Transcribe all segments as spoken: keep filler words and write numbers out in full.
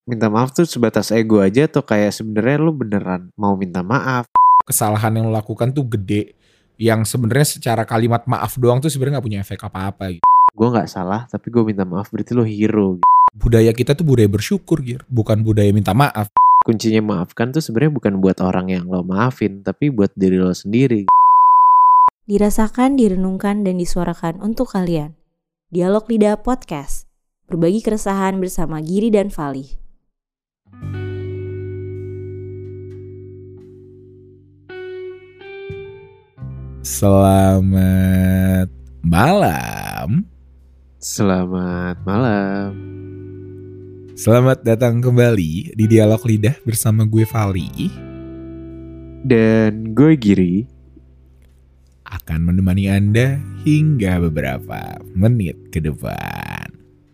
minta maaf tuh sebatas ego aja atau kayak sebenarnya lu beneran mau minta maaf? Kesalahan yang lo lakukan tuh gede, yang sebenarnya secara kalimat maaf doang tuh sebenarnya nggak punya efek apa-apa gitu. Gue nggak salah tapi gue minta maaf berarti lo hero. Budaya kita tuh budaya bersyukur, Gir, bukan budaya minta maaf. Kuncinya maafkan tuh sebenarnya bukan buat orang yang lo maafin, tapi buat diri lo sendiri. Dirasakan, direnungkan, dan disuarakan untuk kalian. Dialog Lidah Podcast. Berbagi keresahan bersama Giri dan Fali. Selamat malam. Selamat malam. Selamat datang kembali di Dialog Lidah bersama gue Fali. Dan gue Giri. Akan menemani Anda hingga beberapa menit ke depan.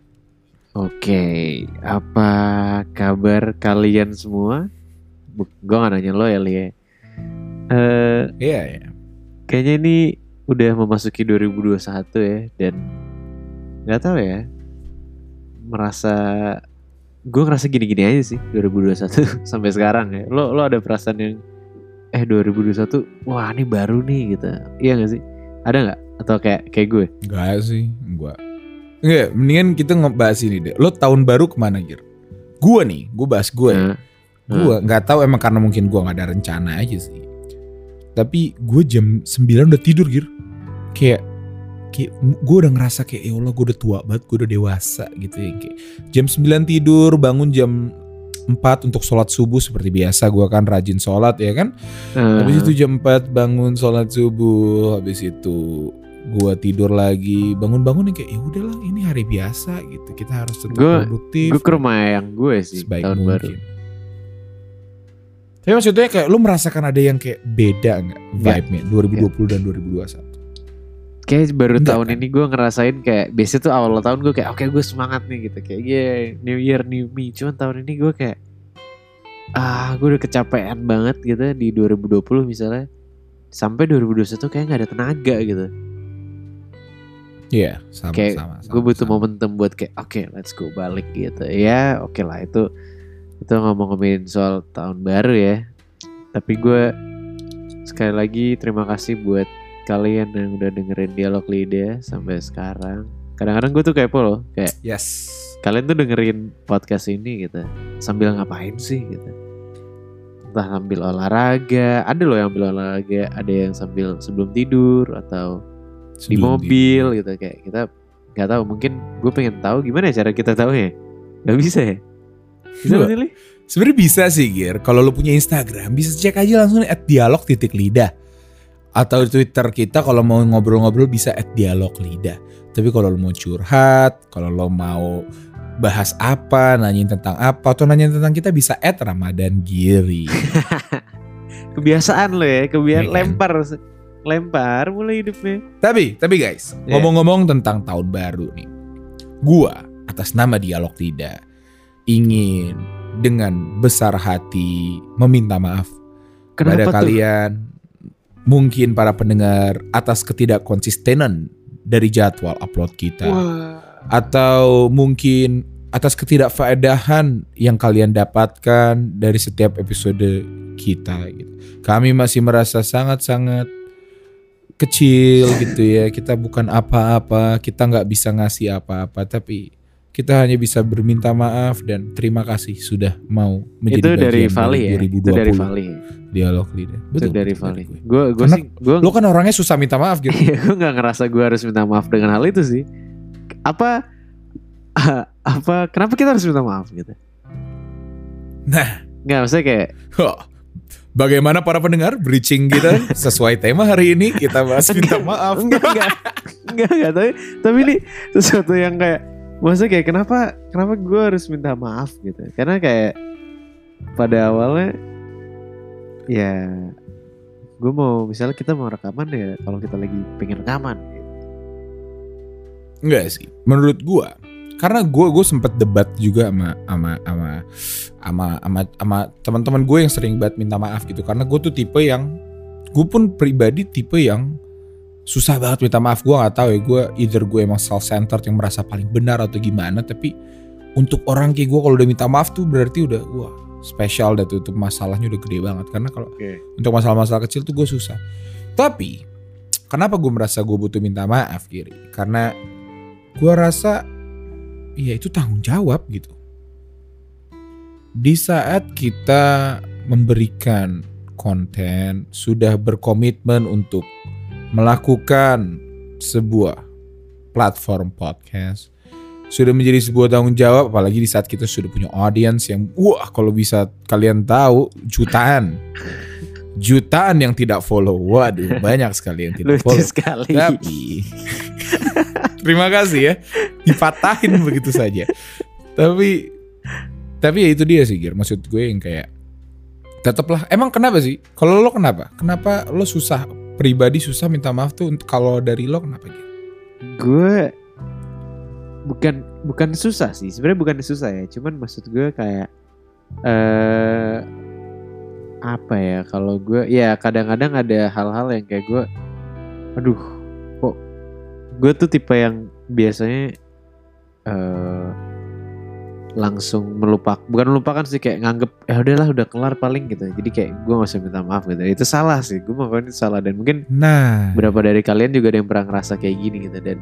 Oke, apa kabar kalian semua? Gue gak nanya lo ya, Lia. Uh, Iya ya. Kayaknya ini udah memasuki dua ribu dua puluh satu ya. Dan gak tahu ya, merasa gue ngerasa gini-gini aja sih dua ribu dua puluh satu sampai sekarang ya. Lo lo ada perasaan yang eh dua ribu dua puluh satu wah ini baru nih gitu. Iya gak sih? Ada gak? Atau kayak kayak gue? Gak sih, gue Enggak, mendingan kita ngebahas ini deh. Lo tahun baru kemana, Gir? Gue nih, gue bahas gue ya. Nah, Gue gak tahu, emang karena mungkin gue gak ada rencana aja sih. Tapi gue jam sembilan udah tidur, Gir. Kayak kayak gue udah ngerasa kayak ya Allah gue udah tua banget, gue udah dewasa gitu ya. Kayak jam sembilan tidur, bangun jam empat untuk sholat subuh seperti biasa. Gue kan rajin sholat ya kan. uh, Habis itu jam empat bangun sholat subuh. Habis itu gue tidur lagi, bangun-bangun yang kayak ya udahlah ini hari biasa gitu. Kita harus tetap Gua- produktif. gue ke rumah yang gue sih sebaik tahun mungkin. baru. Tapi maksudnya kayak lu merasakan ada yang kayak beda nggak vibe-nya dua ribu dua puluh dan dua ribu dua puluh satu? Kayak baru Enggak, tahun kan? ini gue ngerasain kayak biasanya tuh awal tahun gue kayak oke gue semangat nih gitu kayak yeah, New Year New Me. Cuman tahun ini gue kayak ah gue udah kecapean banget gitu di dua ribu dua puluh misalnya sampai dua ribu dua puluh satu kayak nggak ada tenaga gitu. Iya, sama Kayak sama. sama gue butuh sama. momentum buat kayak oke let's go balik gitu. Ya oke lah itu itu ngomong-ngomongin soal tahun baru ya. Tapi gue sekali lagi terima kasih buat kalian yang udah dengerin Dialog Lidah sampai sekarang. Kadang-kadang gue tuh kepo loh, kayak Yes. kalian tuh dengerin podcast ini gitu sambil ngapain sih gitu. Entah sambil olahraga, ada loh yang sambil olahraga, ada yang sambil sebelum tidur atau di Sebelum mobil tidur. gitu kayak kita nggak tahu. Mungkin gue pengen tahu gimana cara kita tahu ya. Gak bisa ya? Bisa Gua- nggak sih, Li? Sebenarnya bisa sih, Gir. Kalau lu punya Instagram, bisa cek aja langsung at dialog titik lidah. Atau Twitter kita kalau mau ngobrol-ngobrol bisa at dialog lidah. Tapi kalau lu mau curhat, kalau lu mau bahas apa, nanyain tentang apa, atau nanyain tentang kita bisa at Ramadan Giri. Kebiasaan lo ya, kebiasaan Iya kan? lempar lempar mulai hidupnya. Tapi, tapi guys, Yeah. ngomong-ngomong tentang tahun baru nih. Gua atas nama Dialog Lidah ingin dengan besar hati meminta maaf kepada Kenapa tuh? kalian, mungkin para pendengar, atas ketidakkonsistenan dari jadwal upload kita. Wah. Atau mungkin atas ketidakfaedahan yang kalian dapatkan dari setiap episode kita gitu. Kami masih merasa sangat-sangat kecil gitu ya. Kita bukan apa-apa, kita nggak bisa ngasih apa-apa, tapi kita hanya bisa berminta maaf dan terima kasih sudah mau menjadi Itu dari bagian Fali ya. dua ribu Itu dua puluh dari Fali. Dialog Lidah. Itu dari betul, Fali. gue. Gue gue Karena sih gue Lo kan orangnya susah minta maaf gitu. Iya, gue nggak ngerasa gue harus minta maaf dengan hal itu sih. Apa apa kenapa kita harus minta maaf gitu? Nah, Nggak, maksudnya kayak Huh. Bagaimana para pendengar bridging kita sesuai tema hari ini kita bahas minta maaf. enggak enggak enggak enggak tapi tapi ini sesuatu yang kayak maksudnya kayak kenapa kenapa gue harus minta maaf gitu? Karena kayak pada awalnya ya gue mau misalnya kita mau rekaman ya kalau kita lagi pengen rekaman gitu. Enggak sih, menurut gua. Karena gue gue sempet debat juga sama sama sama sama sama, sama teman-teman gue yang sering banget minta maaf gitu. Karena gue tuh tipe yang gue pun pribadi tipe yang susah banget minta maaf. Gue nggak tahu ya, gue either gue emang self centered yang merasa paling benar atau gimana. Tapi untuk orang kayak gue kalau udah minta maaf tuh berarti udah wah spesial dah tuh, untuk masalahnya udah gede banget. Karena kalau Okay. untuk masalah-masalah kecil tuh gue susah. Tapi kenapa gue merasa gue butuh minta maaf Giri? Karena gue rasa ya itu tanggung jawab gitu. Di saat kita memberikan konten, sudah berkomitmen untuk melakukan sebuah platform podcast, sudah menjadi sebuah tanggung jawab, apalagi di saat kita sudah punya audience yang wah kalau bisa kalian tahu jutaan jutaan yang tidak follow. Waduh, banyak sekali yang tidak Lucu follow. sekali. Tapi terima kasih ya, dipatahin begitu saja. Tapi tapi ya itu dia sih Gir, maksud gue yang kayak tetaplah, emang kenapa sih? Kalau lo kenapa? Kenapa lo susah, pribadi susah minta maaf tuh? Kalau dari lo kenapa Gir? Gue bukan bukan susah sih, sebenarnya bukan susah ya, cuman maksud gue kayak eh apa ya, kalau gue ya kadang-kadang ada hal-hal yang kayak gue aduh kok gue tuh tipe yang biasanya eh langsung melupak, bukan melupakan sih, kayak nganggep ya udahlah udah kelar paling gitu, jadi kayak gue gak usah minta maaf gitu. Itu salah sih, gue melakukan itu salah, dan mungkin Nah, beberapa dari kalian juga ada yang pernah ngerasa kayak gini gitu. Dan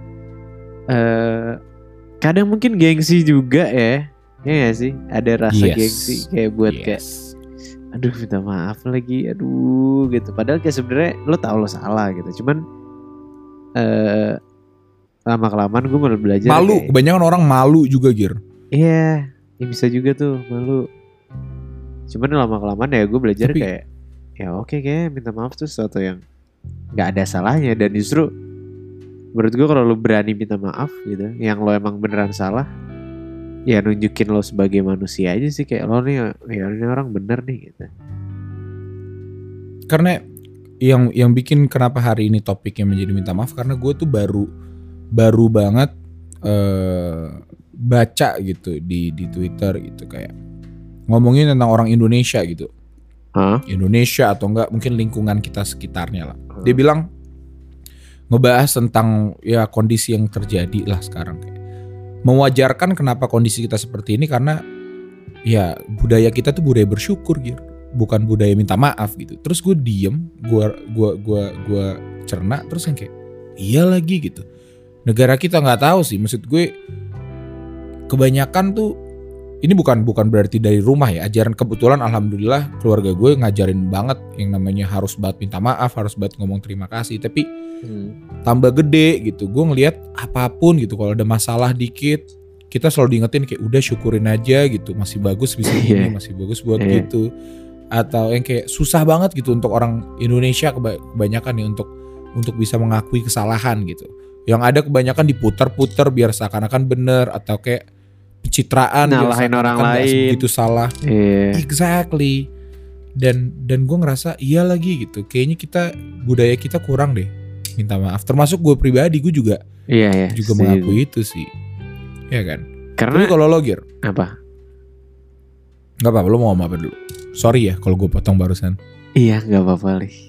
eh kadang mungkin gengsi juga ya, ya gak sih, ada rasa yes. gengsi kayak buat yes. kayak aduh minta maaf lagi, aduh gitu. Padahal kayak sebenarnya lo tau lo salah gitu, cuman eh lama kelamaan gue mulai belajar malu, kayak, kebanyakan orang malu juga Gir. iya, ya bisa juga tuh malu. Cuman lama kelamaan ya gue belajar Tapi, kayak ya oke kayak minta maaf tuh sesuatu yang nggak ada salahnya, dan justru menurut gue kalau lo berani minta maaf gitu, yang lo emang beneran salah, ya nunjukin lo sebagai manusia aja sih, kayak lo nih ya ini orang bener nih gitu. Karena yang yang bikin kenapa hari ini topiknya menjadi minta maaf, karena gue tuh baru baru banget uh, baca gitu di di Twitter gitu, kayak ngomongin tentang orang Indonesia gitu. Hah? Indonesia atau enggak mungkin lingkungan kita sekitarnya lah. Hmm. Dia bilang ngebahas tentang ya kondisi yang terjadi lah sekarang, kayak mewajarkan kenapa kondisi kita seperti ini, karena ya budaya kita tuh budaya bersyukur gitu, bukan budaya minta maaf gitu. Terus gue diem, gue gua gua gua cerna, terus yang kayak iya lagi gitu. Negara kita nggak tahu sih, maksud gue kebanyakan tuh ini bukan bukan berarti dari rumah ya, ajaran kebetulan alhamdulillah keluarga gue ngajarin banget yang namanya harus banget minta maaf, harus banget ngomong terima kasih. Tapi hmm. tambah gede gitu, gue ngelihat apapun gitu, kalau ada masalah dikit kita selalu diingetin kayak udah syukurin aja gitu, masih bagus bisa gini, yeah. masih bagus buat yeah. gitu. Atau yang kayak susah banget gitu untuk orang Indonesia kebanyakan nih untuk untuk bisa mengakui kesalahan gitu. Yang ada kebanyakan diputar-putar biar seakan-akan bener, atau kayak pencitraan nyalahin orang lain itu salah. Yeah. Exactly. Dan dan gue ngerasa iya lagi gitu, kayaknya kita budaya kita kurang deh minta maaf. Termasuk gue pribadi, gue juga yeah, yeah, juga sih. mengakui itu sih, ya kan. Karena tapi kalau lo Gir apa? Gak apa-apa, lo mau ngomong apa dulu? Sorry ya kalau gue potong barusan. Iya gak apa-apa nih.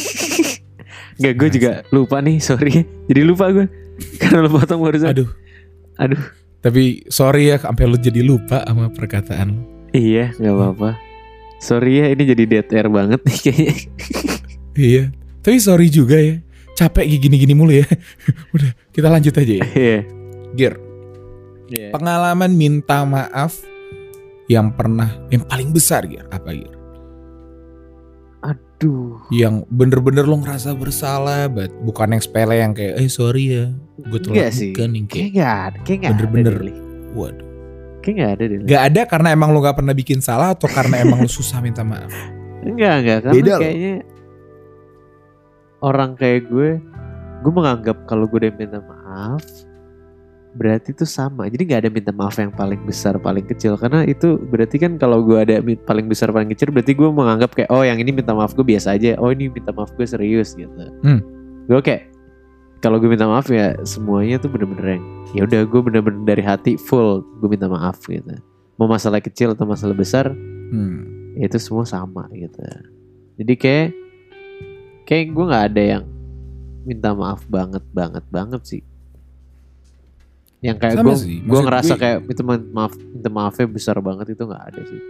Gak, gue juga lupa nih, sorry. Jadi lupa gue karena lo potong barusan. Aduh, aduh. Tapi sorry ya sampai lo jadi lupa sama perkataan lo. Iya gak apa-apa. Sorry ya, ini jadi dead air banget nih kayaknya. Iya, tapi sorry juga ya, capek gini-gini mulu ya. Udah, kita lanjut aja ya. Iya. Gir, yeah. Pengalaman minta maaf yang pernah, yang paling besar Gir, apa Gir? Aduh. Yang bener-bener lo ngerasa bersalah banget, bukan yang sepele yang kayak eh sorry ya gue telat bukan yang kayak gak ada, kayak gak bener-bener ada deh. Waduh, kayak gak ada deh. Gak ada karena emang lo gak pernah bikin salah atau karena emang lo susah minta maaf? Enggak, enggak, karena beda kayaknya lo. Orang kayak gue, gue menganggap kalau gue udah minta maaf berarti itu sama. Jadi gak ada minta maaf yang paling besar paling kecil, karena itu berarti kan kalau gue ada paling besar paling kecil berarti gue menganggap kayak oh yang ini minta maaf gue biasa aja, oh ini minta maaf gue serius gitu. hmm. Gue kayak kalau gue minta maaf ya semuanya tuh bener-bener yang ya udah gue bener-bener dari hati full gue minta maaf gitu. Mau masalah kecil atau masalah besar hmm. ya itu semua sama gitu. Jadi kayak kayak gue nggak ada yang minta maaf banget banget banget sih. Yang kayak Sama gue sih, gue maksud ngerasa gue- kayak itu maaf minta maafnya besar banget itu nggak ada sih.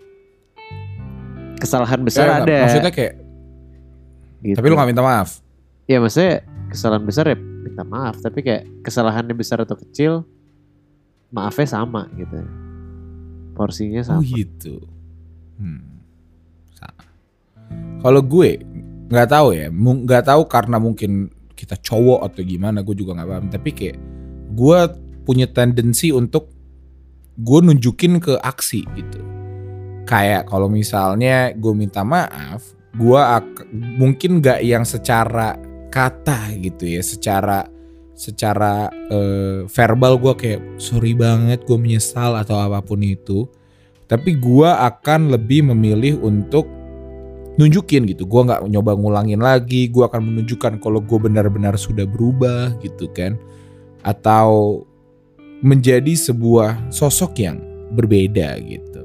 Kesalahan besar Ya, ada. maksudnya kayak Gitu. tapi lu gak minta maaf. Ya maksudnya kesalahan besar ya minta maaf, tapi kayak kesalahannya besar atau kecil maafnya sama gitu. Porsinya sama. Oh gitu. Hmm. Sama. Kalau gue nggak tahu ya, mu- nggak tahu karena mungkin kita cowok atau gimana, gue juga nggak paham. Tapi kayak gue punya tendensi untuk gue nunjukin ke aksi gitu. Kayak kalau misalnya gue minta maaf, gue ak- mungkin nggak yang secara kata gitu ya, secara secara eh, verbal gue kayak sorry banget, gue menyesal atau apapun itu. Tapi gue akan lebih memilih untuk nunjukin gitu. Gue nggak nyoba ngulangin lagi. Gue akan menunjukkan kalau gue benar-benar sudah berubah gitu kan. Atau menjadi sebuah sosok yang berbeda gitu.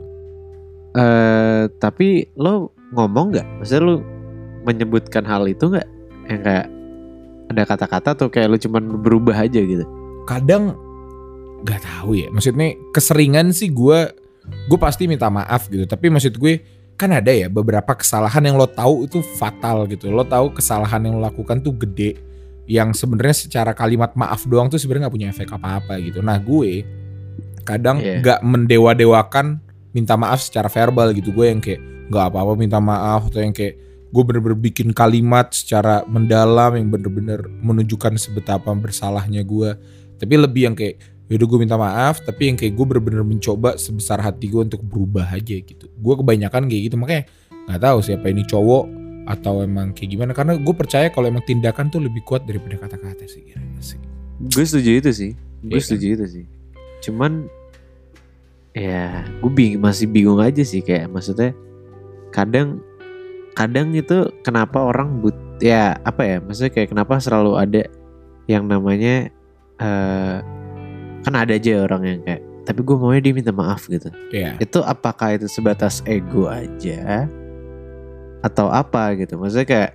Eh tapi lo ngomong nggak? Maksudnya lo menyebutkan hal itu nggak? Yang kayak ada kata-kata atau kayak lo cuman berubah aja gitu? Kadang nggak tahu ya. Maksudnya keseringan sih gue gue pasti minta maaf gitu. Tapi maksud gue kan ada ya beberapa kesalahan yang lo tahu itu fatal gitu. Lo tahu kesalahan yang lo lakukan tuh gede, yang sebenarnya secara kalimat maaf doang tuh sebenarnya nggak punya efek apa-apa gitu. Nah gue kadang Iya. nggak mendewa-dewakan minta maaf secara verbal gitu. Gue yang kayak nggak apa-apa minta maaf, atau yang kayak gue bener-bener bikin kalimat secara mendalam yang bener-bener menunjukkan sebetapa bersalahnya gue. Tapi lebih yang kayak yaudah gue minta maaf, tapi yang kayak gue bener-bener mencoba sebesar hati gue untuk berubah aja gitu. Gue kebanyakan kayak gitu, makanya nggak tahu siapa ini cowok atau emang kayak gimana. Karena gue percaya kalau emang tindakan tuh lebih kuat daripada kata-kata sih. sih. Gue setuju itu sih. Gue Iya setuju itu sih. Cuman ya gue bing masih bingung aja sih, kayak maksudnya kadang kadang itu kenapa orang but ya apa ya, maksudnya kayak kenapa selalu ada yang namanya eh kan ada aja orang yang kayak tapi gue maunya dia minta maaf gitu. Iya. Itu apakah itu sebatas ego aja atau apa gitu? Maksudnya kayak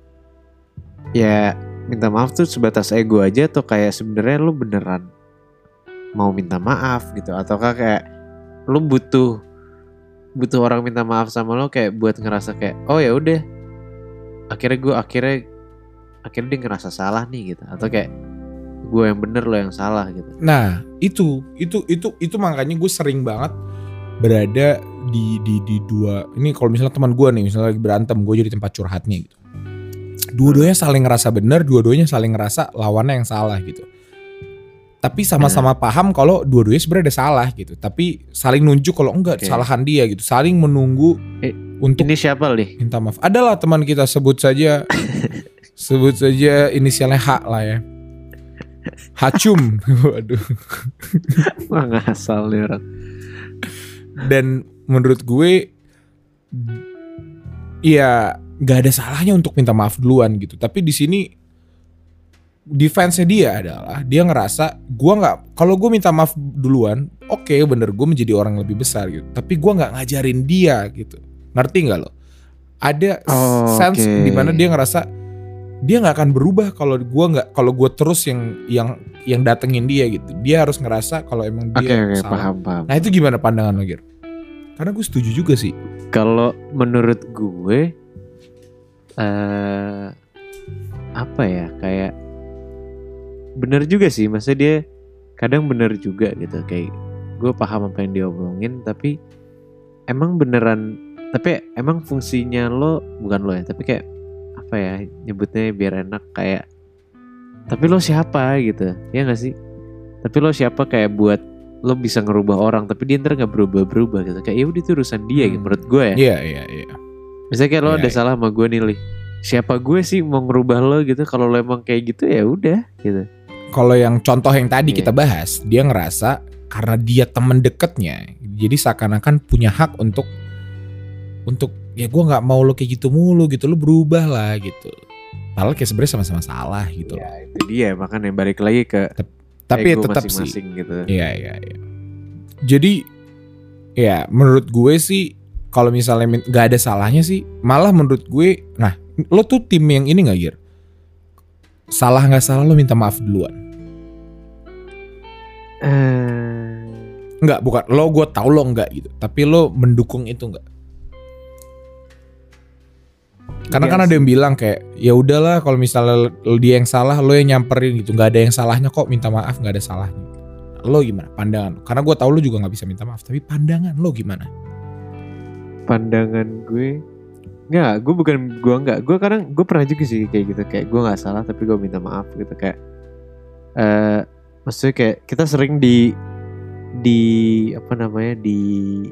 ya minta maaf tuh sebatas ego aja atau kayak sebenarnya lu beneran mau minta maaf gitu, ataukah kayak lu butuh butuh orang minta maaf sama lo kayak buat ngerasa kayak oh ya udah akhirnya gue akhirnya akhirnya dia ngerasa salah nih gitu, atau kayak gue yang bener lo yang salah gitu. Nah itu itu itu itu makanya gue sering banget berada di di di dua ini. Kalau misalnya teman gue nih misalnya lagi berantem, gue jadi tempat curhatnya gitu. Dua-duanya saling ngerasa benar, dua-duanya saling ngerasa lawannya yang salah gitu. Tapi sama-sama paham kalau dua-duanya sebenarnya ada salah gitu. Tapi saling nunjuk kalau enggak Oke. kesalahan dia gitu. Saling menunggu Eh, untuk Ini siapa nih? minta maaf. Adalah teman kita, sebut saja sebut saja inisialnya H lah ya. Hacum. Waduh. Wah ngasal nih orang. Dan menurut gue ya nggak ada salahnya untuk minta maaf duluan gitu. Tapi di sini defense-nya dia adalah dia ngerasa gue nggak, kalau gue minta maaf duluan, oke okay, bener gue menjadi orang yang lebih besar gitu. Tapi gue nggak ngajarin dia gitu. Ngerti nggak lo? Ada Oh, sense oke. di mana dia ngerasa dia nggak akan berubah kalau gue nggak, kalau gue terus yang yang yang datengin dia gitu. Dia harus ngerasa kalau emang Oke dia oke salah. paham paham. Nah itu gimana pandangan lo Gir? Karena gue setuju juga sih. Kalau menurut gue eh apa ya, kayak bener juga sih, maksudnya dia kadang bener juga gitu, kayak gue paham apa yang dia omongin, tapi emang beneran, tapi emang fungsinya lo bukan lo ya, tapi kayak apa ya nyebutnya biar enak, kayak tapi lo siapa gitu ya nggak sih? Tapi lo siapa kayak buat lo bisa ngerubah orang, tapi dia ntar nggak berubah-berubah gitu, kayak ya udah itu urusan dia gitu Hmm. menurut gue ya. Iya iya iya. Misalnya kayak lo Iya, ada iya. salah sama gue nih, Li. Siapa gue sih mau ngerubah lo gitu? Kalau lo emang kayak gitu ya udah gitu. Kalau yang contoh yang tadi Iya. kita bahas, dia ngerasa karena dia temen deketnya, jadi seakan-akan punya hak untuk untuk ya gue nggak mau lo kayak gitu mulu gitu, lo berubah lah gitu. Padahal kayak sebenarnya sama-sama salah gitu. Ya itu dia, makanya balik lagi ke Tapi ya ego tetap sih. masing-masing gitu. Iya iya iya. Jadi ya menurut gue sih kalau misalnya min- nggak ada salahnya sih, malah menurut gue, nah lo tuh tim yang ini nggak Gir? Salah nggak salah lo minta maaf duluan. Eh, Enggak, bukan lo, gue tahu lo enggak gitu. Tapi lo mendukung itu enggak? Karena iya kan ada sih. yang bilang kayak ya udahlah kalau misalnya dia yang salah, lo yang nyamperin gitu. Nggak ada yang salahnya kok, minta maaf nggak ada salahnya. Lo gimana pandangan lo? Karena gue tahu lo juga nggak bisa minta maaf. Tapi pandangan lo gimana? Pandangan gue nggak, gue bukan gue nggak, gue kadang gue pernah juga sih kayak gitu, kayak gue nggak salah tapi gue minta maaf gitu, kayak eh maksudnya kayak kita sering di di apa namanya di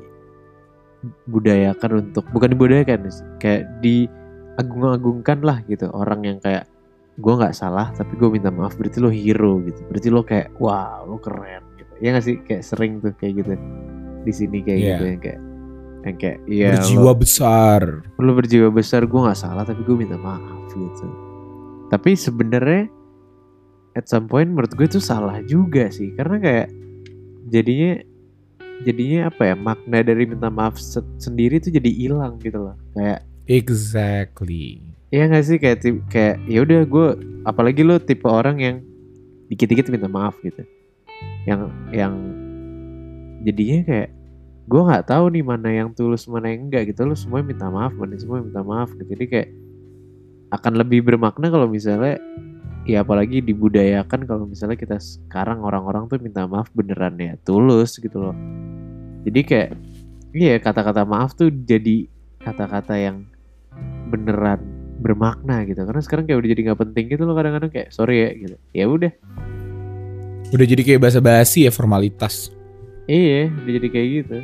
budayakan untuk, bukan dibudayakan, kayak diagung-agungkan lah gitu, orang yang kayak gue nggak salah tapi gue minta maaf berarti lo hero gitu, berarti lo kayak wow lo keren gitu ya nggak sih, kayak sering tuh kayak gitu di sini kayak Yeah. gitu yang kayak yang kayak ya Berjiwa lo, besar. lo berjiwa besar, gue nggak salah tapi gue minta maaf gitu. Tapi sebenarnya at some point menurut gue itu salah juga sih, karena kayak jadinya jadinya apa ya, makna dari minta maaf se- sendiri tuh jadi hilang gitu loh, kayak Exactly. iya nggak sih, kayak ti- kayak ya udah gue, apalagi lo tipe orang yang dikit-dikit minta maaf gitu, yang yang jadinya kayak gue nggak tahu nih mana yang tulus mana yang enggak gitu, lo semua minta maaf, mana semua minta maaf gitu, jadi kayak akan lebih bermakna kalau misalnya ya apalagi dibudayakan kalau misalnya kita sekarang orang-orang tuh minta maaf beneran ya tulus gitu loh. Jadi kayak iya kata-kata maaf tuh jadi kata-kata yang beneran bermakna gitu. Karena sekarang kayak udah jadi nggak penting gitu loh, kadang-kadang kayak sorry ya gitu. Ya udah. Udah jadi kayak basa-basi ya, formalitas. Iya, udah jadi kayak gitu.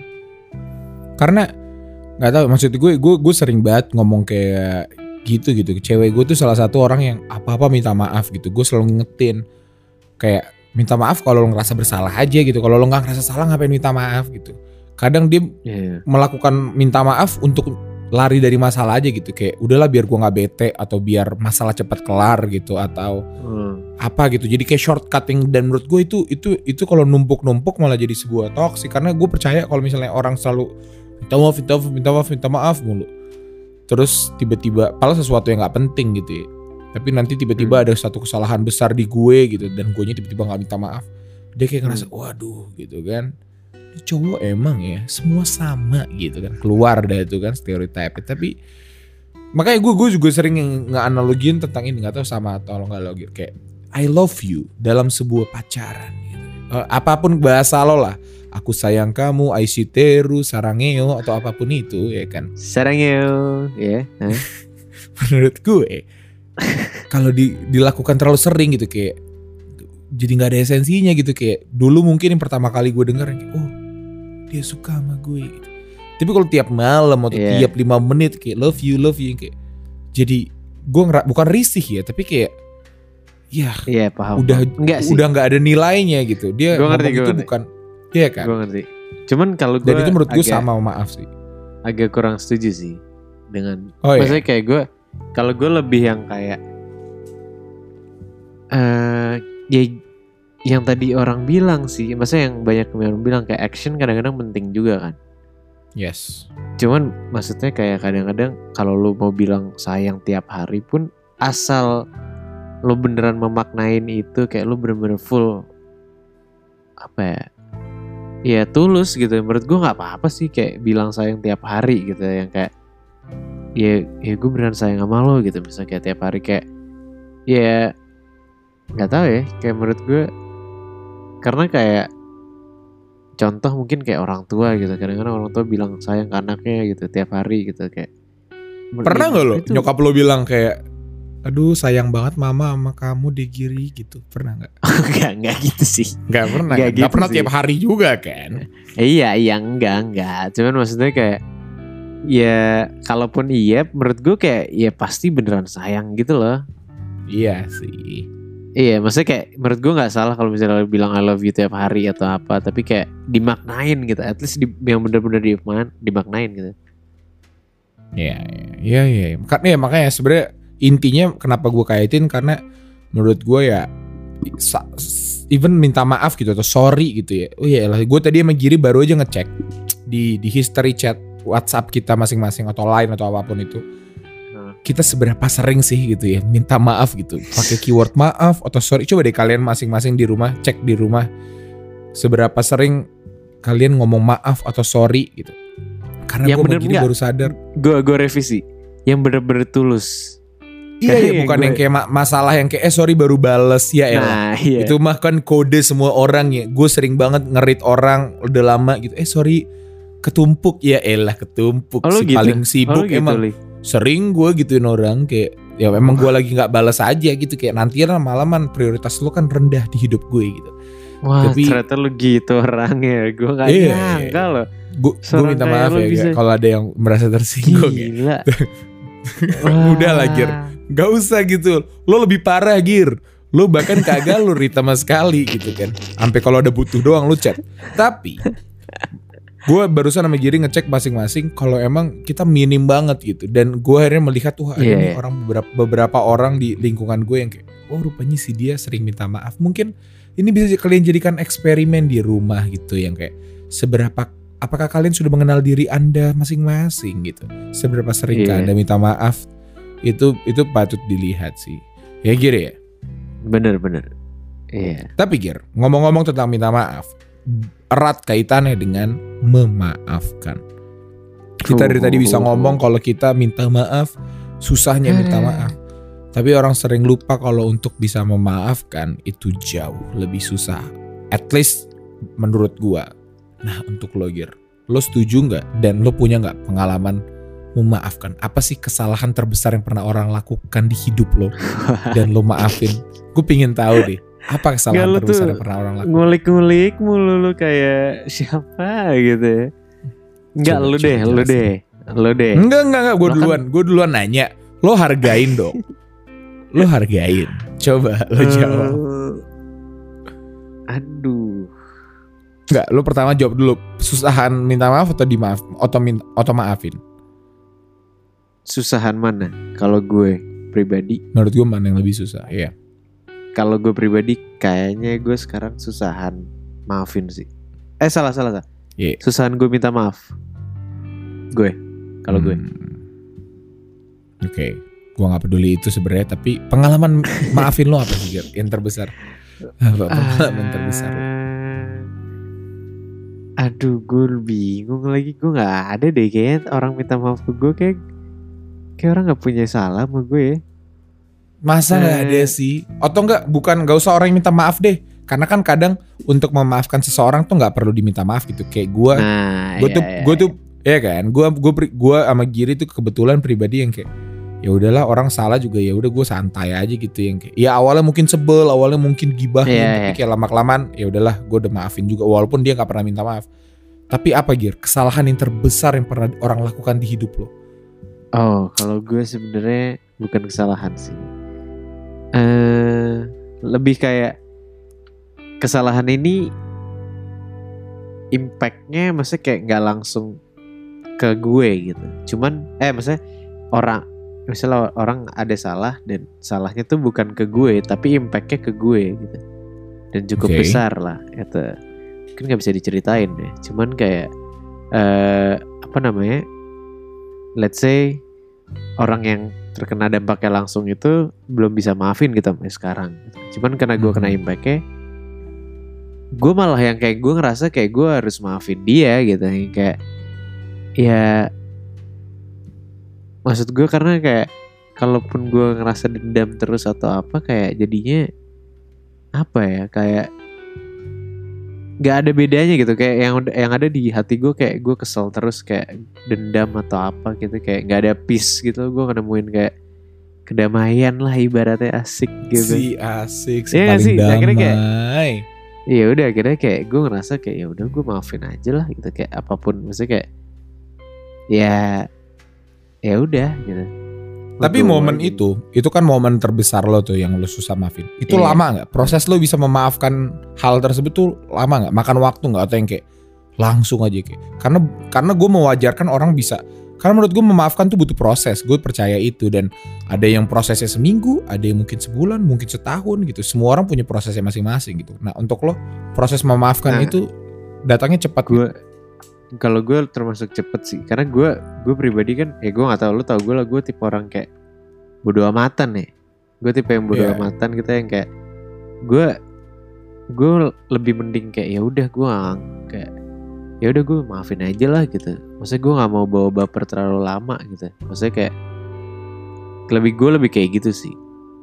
Karena nggak tahu, maksud gue gue gue sering banget ngomong kayak gitu gitu. Cewek gue tuh salah satu orang yang apa-apa minta maaf gitu. Gue selalu ngingetin kayak minta maaf kalau lo ngerasa bersalah aja gitu. Kalau lo nggak ngerasa salah ngapain minta maaf gitu. Kadang dia Iya. melakukan minta maaf untuk lari dari masalah aja gitu, kayak udahlah biar gue nggak bete atau biar masalah cepat kelar gitu atau Hmm. apa gitu. Jadi kayak shortcutting, dan menurut gue itu itu itu kalau numpuk-numpuk malah jadi sebuah toksik. Karena gue percaya kalau misalnya orang selalu minta maaf, minta maaf, minta maaf, minta maaf mulu, terus tiba-tiba padahal sesuatu yang nggak penting gitu ya, tapi nanti tiba-tiba Hmm. ada satu kesalahan besar di gue gitu dan gue nya tiba-tiba nggak minta maaf, dia kayak ngerasa Hmm. waduh gitu kan, ini cowok emang ya semua sama gitu kan, keluar dari itu kan stereotype. Tapi makanya gue gue juga sering nggak analogin tentang ini, nggak tahu sama atau nggak login kayak I love you dalam sebuah pacaran gitu. Eh, apapun bahasa lo lah, aku sayang kamu, I see teru, sarangeo atau apapun itu ya kan. Sarangyo, ya. Hah? Menurut gue kalau di, dilakukan terlalu sering gitu kayak jadi nggak ada esensinya gitu. Kayak dulu mungkin yang pertama kali gue denger kayak oh dia suka sama gue gitu. Tapi kalau tiap malam atau Yeah. tiap lima menit kayak love you love you kayak, jadi gue ngera- bukan risih ya, tapi kayak ya Iya paham. udah enggak sih. udah nggak ada nilainya gitu. Dia Gua ngerti, ngomong gua itu ngerti. bukan, iya kan. Gue ngerti. Cuman kalau gue Dan itu menurut gue agak- sama maaf sih. agak kurang setuju sih dengan Oh iya. maksudnya kayak gue, kalau gue lebih yang kayak eh ya yang tadi orang bilang sih, maksudnya yang banyak orang bilang kayak action kadang-kadang penting juga kan. Yes. Cuman maksudnya kayak kadang-kadang kalau lu mau bilang sayang tiap hari pun, asal lu beneran memaknain itu, kayak lu bener-bener full apa ya, ya tulus gitu. Menurut gue nggak apa-apa sih kayak bilang sayang tiap hari gitu, yang kayak ya ya gue beneran sayang sama lo gitu, misalnya kayak tiap hari kayak ya nggak tahu ya, kayak menurut gue karena kayak contoh mungkin kayak orang tua gitu, kadang-kadang orang tua bilang sayang ke anaknya gitu tiap hari gitu kayak. Pernah nggak lo Itu- nyokap lo bilang kayak aduh sayang banget mama sama kamu deh Giri gitu, pernah nggak? Enggak, enggak gitu sih. Nggak pernah, Nggak kan? gitu Nggak pernah sih. tiap hari juga kan? Eh, iya, iya enggak, enggak. Cuman maksudnya kayak ya kalaupun iya, menurut gue kayak ya pasti beneran sayang gitu loh. Iya sih. Iya, maksudnya kayak menurut gue nggak salah kalau misalnya lo bilang I love you tiap hari atau apa, tapi kayak dimaknain gitu, at least di, yang bener-bener dimaknain, dimaknain gitu. Iya, iya, iya. iya. Makanya, ya, makanya sebenarnya intinya kenapa gue kaitin karena menurut gue ya sa- even minta maaf gitu atau sorry gitu ya. Oh iya lah, gue tadi sama Giri baru aja ngecek di di history chat WhatsApp kita masing-masing atau Line atau apapun itu. Kita seberapa sering sih gitu ya minta maaf gitu, pakai keyword maaf atau sorry. Coba deh kalian masing-masing di rumah cek di rumah seberapa sering kalian ngomong maaf atau sorry gitu. Karena Yang gue bener begini enggak? baru sadar. Gue gue revisi. Yang bener-bener tulus. Iya, iya Kayak bukan gue- yang kayak ma- masalah yang kayak eh sorry baru bales ya elah. Nah, iya. Itu mah kan kode semua orang ya. Gue sering banget ngerit orang udah lama gitu. Eh sorry ketumpuk ya elah ketumpuk Oh, lu si gitu? paling Oh, sibuk lu gitu, emang. Li? Sering gue gituin orang kayak ya emang gue lagi nggak balas aja gitu kayak nanti malaman prioritas lu kan rendah di hidup gue gitu. Wah, Tapi- ternyata lu gitu orangnya. Gue gak Iya, nyangka loh. Gue Seorang minta kayak maaf lu ya bisa- Gak, kalau ada yang merasa tersinggung ya. Gila. Udah lah, Gir. Gak usah gitu. Lo lebih parah Gir. Lo bahkan kagak lu Rita sama sekali gitu kan. Sampai kalau ada butuh doang lu chat. Tapi gue barusan sama Giri ngecek masing-masing kalau emang kita minim banget gitu. Dan gue akhirnya melihat tuh ada Iya, nih iya. orang beberapa, beberapa orang di lingkungan gue yang kayak oh rupanya si dia sering minta maaf. Mungkin ini bisa kalian jadikan eksperimen di rumah gitu yang kayak seberapa apakah kalian sudah mengenal diri Anda masing-masing gitu. Seberapa sering Iya. Anda minta maaf itu itu patut dilihat sih. Ya Giri ya. Bener-bener. Iya. Tapi Gir, ngomong-ngomong tentang minta maaf, erat kaitannya dengan memaafkan. Kita dari tadi bisa ngomong kalau kita minta maaf, susahnya minta maaf. Tapi orang sering lupa kalau untuk bisa memaafkan itu jauh lebih susah. At least menurut gua. Nah untuk lo Gir, lo setuju nggak? Dan lo punya nggak pengalaman memaafkan? Apa sih kesalahan terbesar yang pernah orang lakukan di hidup lo dan lo maafin? Gue pingin tahu deh. Apa kesalahan Nggak, lo terbesar tuh yang pernah orang lakukan? Ngulik-ngulik mulu lu kayak siapa gitu ya. Enggak, Coba, lu coba deh, lu jelasin. deh. Lu deh. Enggak enggak enggak gue Lo kan- duluan, gue duluan nanya. Lo hargain dong. Lo hargain. Coba lo jawab. Eh, Aduh. Enggak, lo pertama jawab dulu. Susahan minta maaf atau dimaaf atau min, atau maafin? Susahan mana? Kalau gue pribadi, Menurut gue mana yang lebih susah? Iya. kalau gue pribadi kayaknya gue sekarang susahan maafin sih. Eh salah salah salah. Iya. Susahan gue minta maaf. Gue. Kalau gue. Hmm. Oke, gue nggak peduli itu sebenarnya. Tapi pengalaman maafin lo apa sih Gir? Yang terbesar? Apa pengalaman terbesar? lo? Ah, Aduh, gue bingung lagi. Gue nggak ada deh kayaknya orang minta maaf ke gue kayak kayak orang nggak punya salah sama gue. Masa nggak Eh. ada sih? Atau enggak? Bukan nggak usah orang yang minta maaf deh. Karena kan kadang untuk memaafkan seseorang tuh nggak perlu diminta maaf gitu. Kayak gue, Nah, gue iya, tuh, iya, gue iya. tuh, ya kan? Gue, gue, gue sama Giri tuh kebetulan pribadi yang kayak, ya udahlah orang salah juga ya udah gue santai aja gitu yang kayak, ya awalnya mungkin sebel, awalnya mungkin gibah, Iya, tapi iya. kayak lama kelamaan, ya udahlah gue udah maafin juga walaupun dia nggak pernah minta maaf. Tapi apa Gir? Kesalahan yang terbesar yang pernah orang lakukan di hidup lo? Oh, kalau gue sebenarnya bukan kesalahan sih. Eh, lebih kayak kesalahan ini impactnya maksudnya kayak nggak langsung ke gue gitu. Cuman, eh maksudnya orang, misalnya orang ada salah dan salahnya tuh bukan ke gue, tapi impactnya ke gue gitu. Dan cukup Oke. besar lah itu. Mungkin nggak bisa diceritain deh. Cuman kayak eh apa namanya? Let's say orang yang terkena dampaknya langsung itu belum bisa maafin gitu sampai sekarang. Cuman karena gue kena Mhm. impactnya, gue malah yang kayak gue ngerasa kayak gue harus maafin dia gitu. Yang kayak ya maksud gue karena kayak kalaupun gue ngerasa dendam terus atau apa kayak jadinya apa ya kayak nggak ada bedanya gitu kayak yang yang ada di hati gue kayak gue kesel terus kayak dendam atau apa gitu kayak nggak ada peace gitu. Gue nemuin kayak kedamaian lah ibaratnya asik gitu. Si asik, si Iya nggak paling sih? Akhirnya kayak- damai. Iya udah akhirnya kayak gue ngerasa kayak ya udah gue maafin aja lah gitu kayak apapun maksudnya kayak ya ya udah gitu. Tapi Legowo momen aja. itu, itu kan momen terbesar lo tuh yang lo susah maafin. Itu Iya. lama nggak? Proses lo bisa memaafkan hal tersebut tuh lama nggak? Makan waktu nggak? Atau yang kayak langsung aja kayak? Karena karena gue mewajarkan orang bisa. Karena menurut gue memaafkan tuh butuh proses. Gue percaya itu dan ada yang prosesnya seminggu, ada yang mungkin sebulan, mungkin setahun gitu. Semua orang punya prosesnya masing-masing gitu. Nah untuk lo proses memaafkan Nah, itu datangnya cepat. gue kalau gue termasuk cepet sih karena gue gue pribadi kan ya gue nggak tahu lu tau gue lah gue tipe orang kayak bodo amatan ya gue tipe yang bodo Iya. amatan gitu yang kayak gue gue lebih mending kayak ya udah gue kayak ya udah gue maafin aja lah gitu. Maksudnya gue nggak mau bawa baper terlalu lama gitu. Maksudnya kayak lebih gue lebih kayak gitu sih.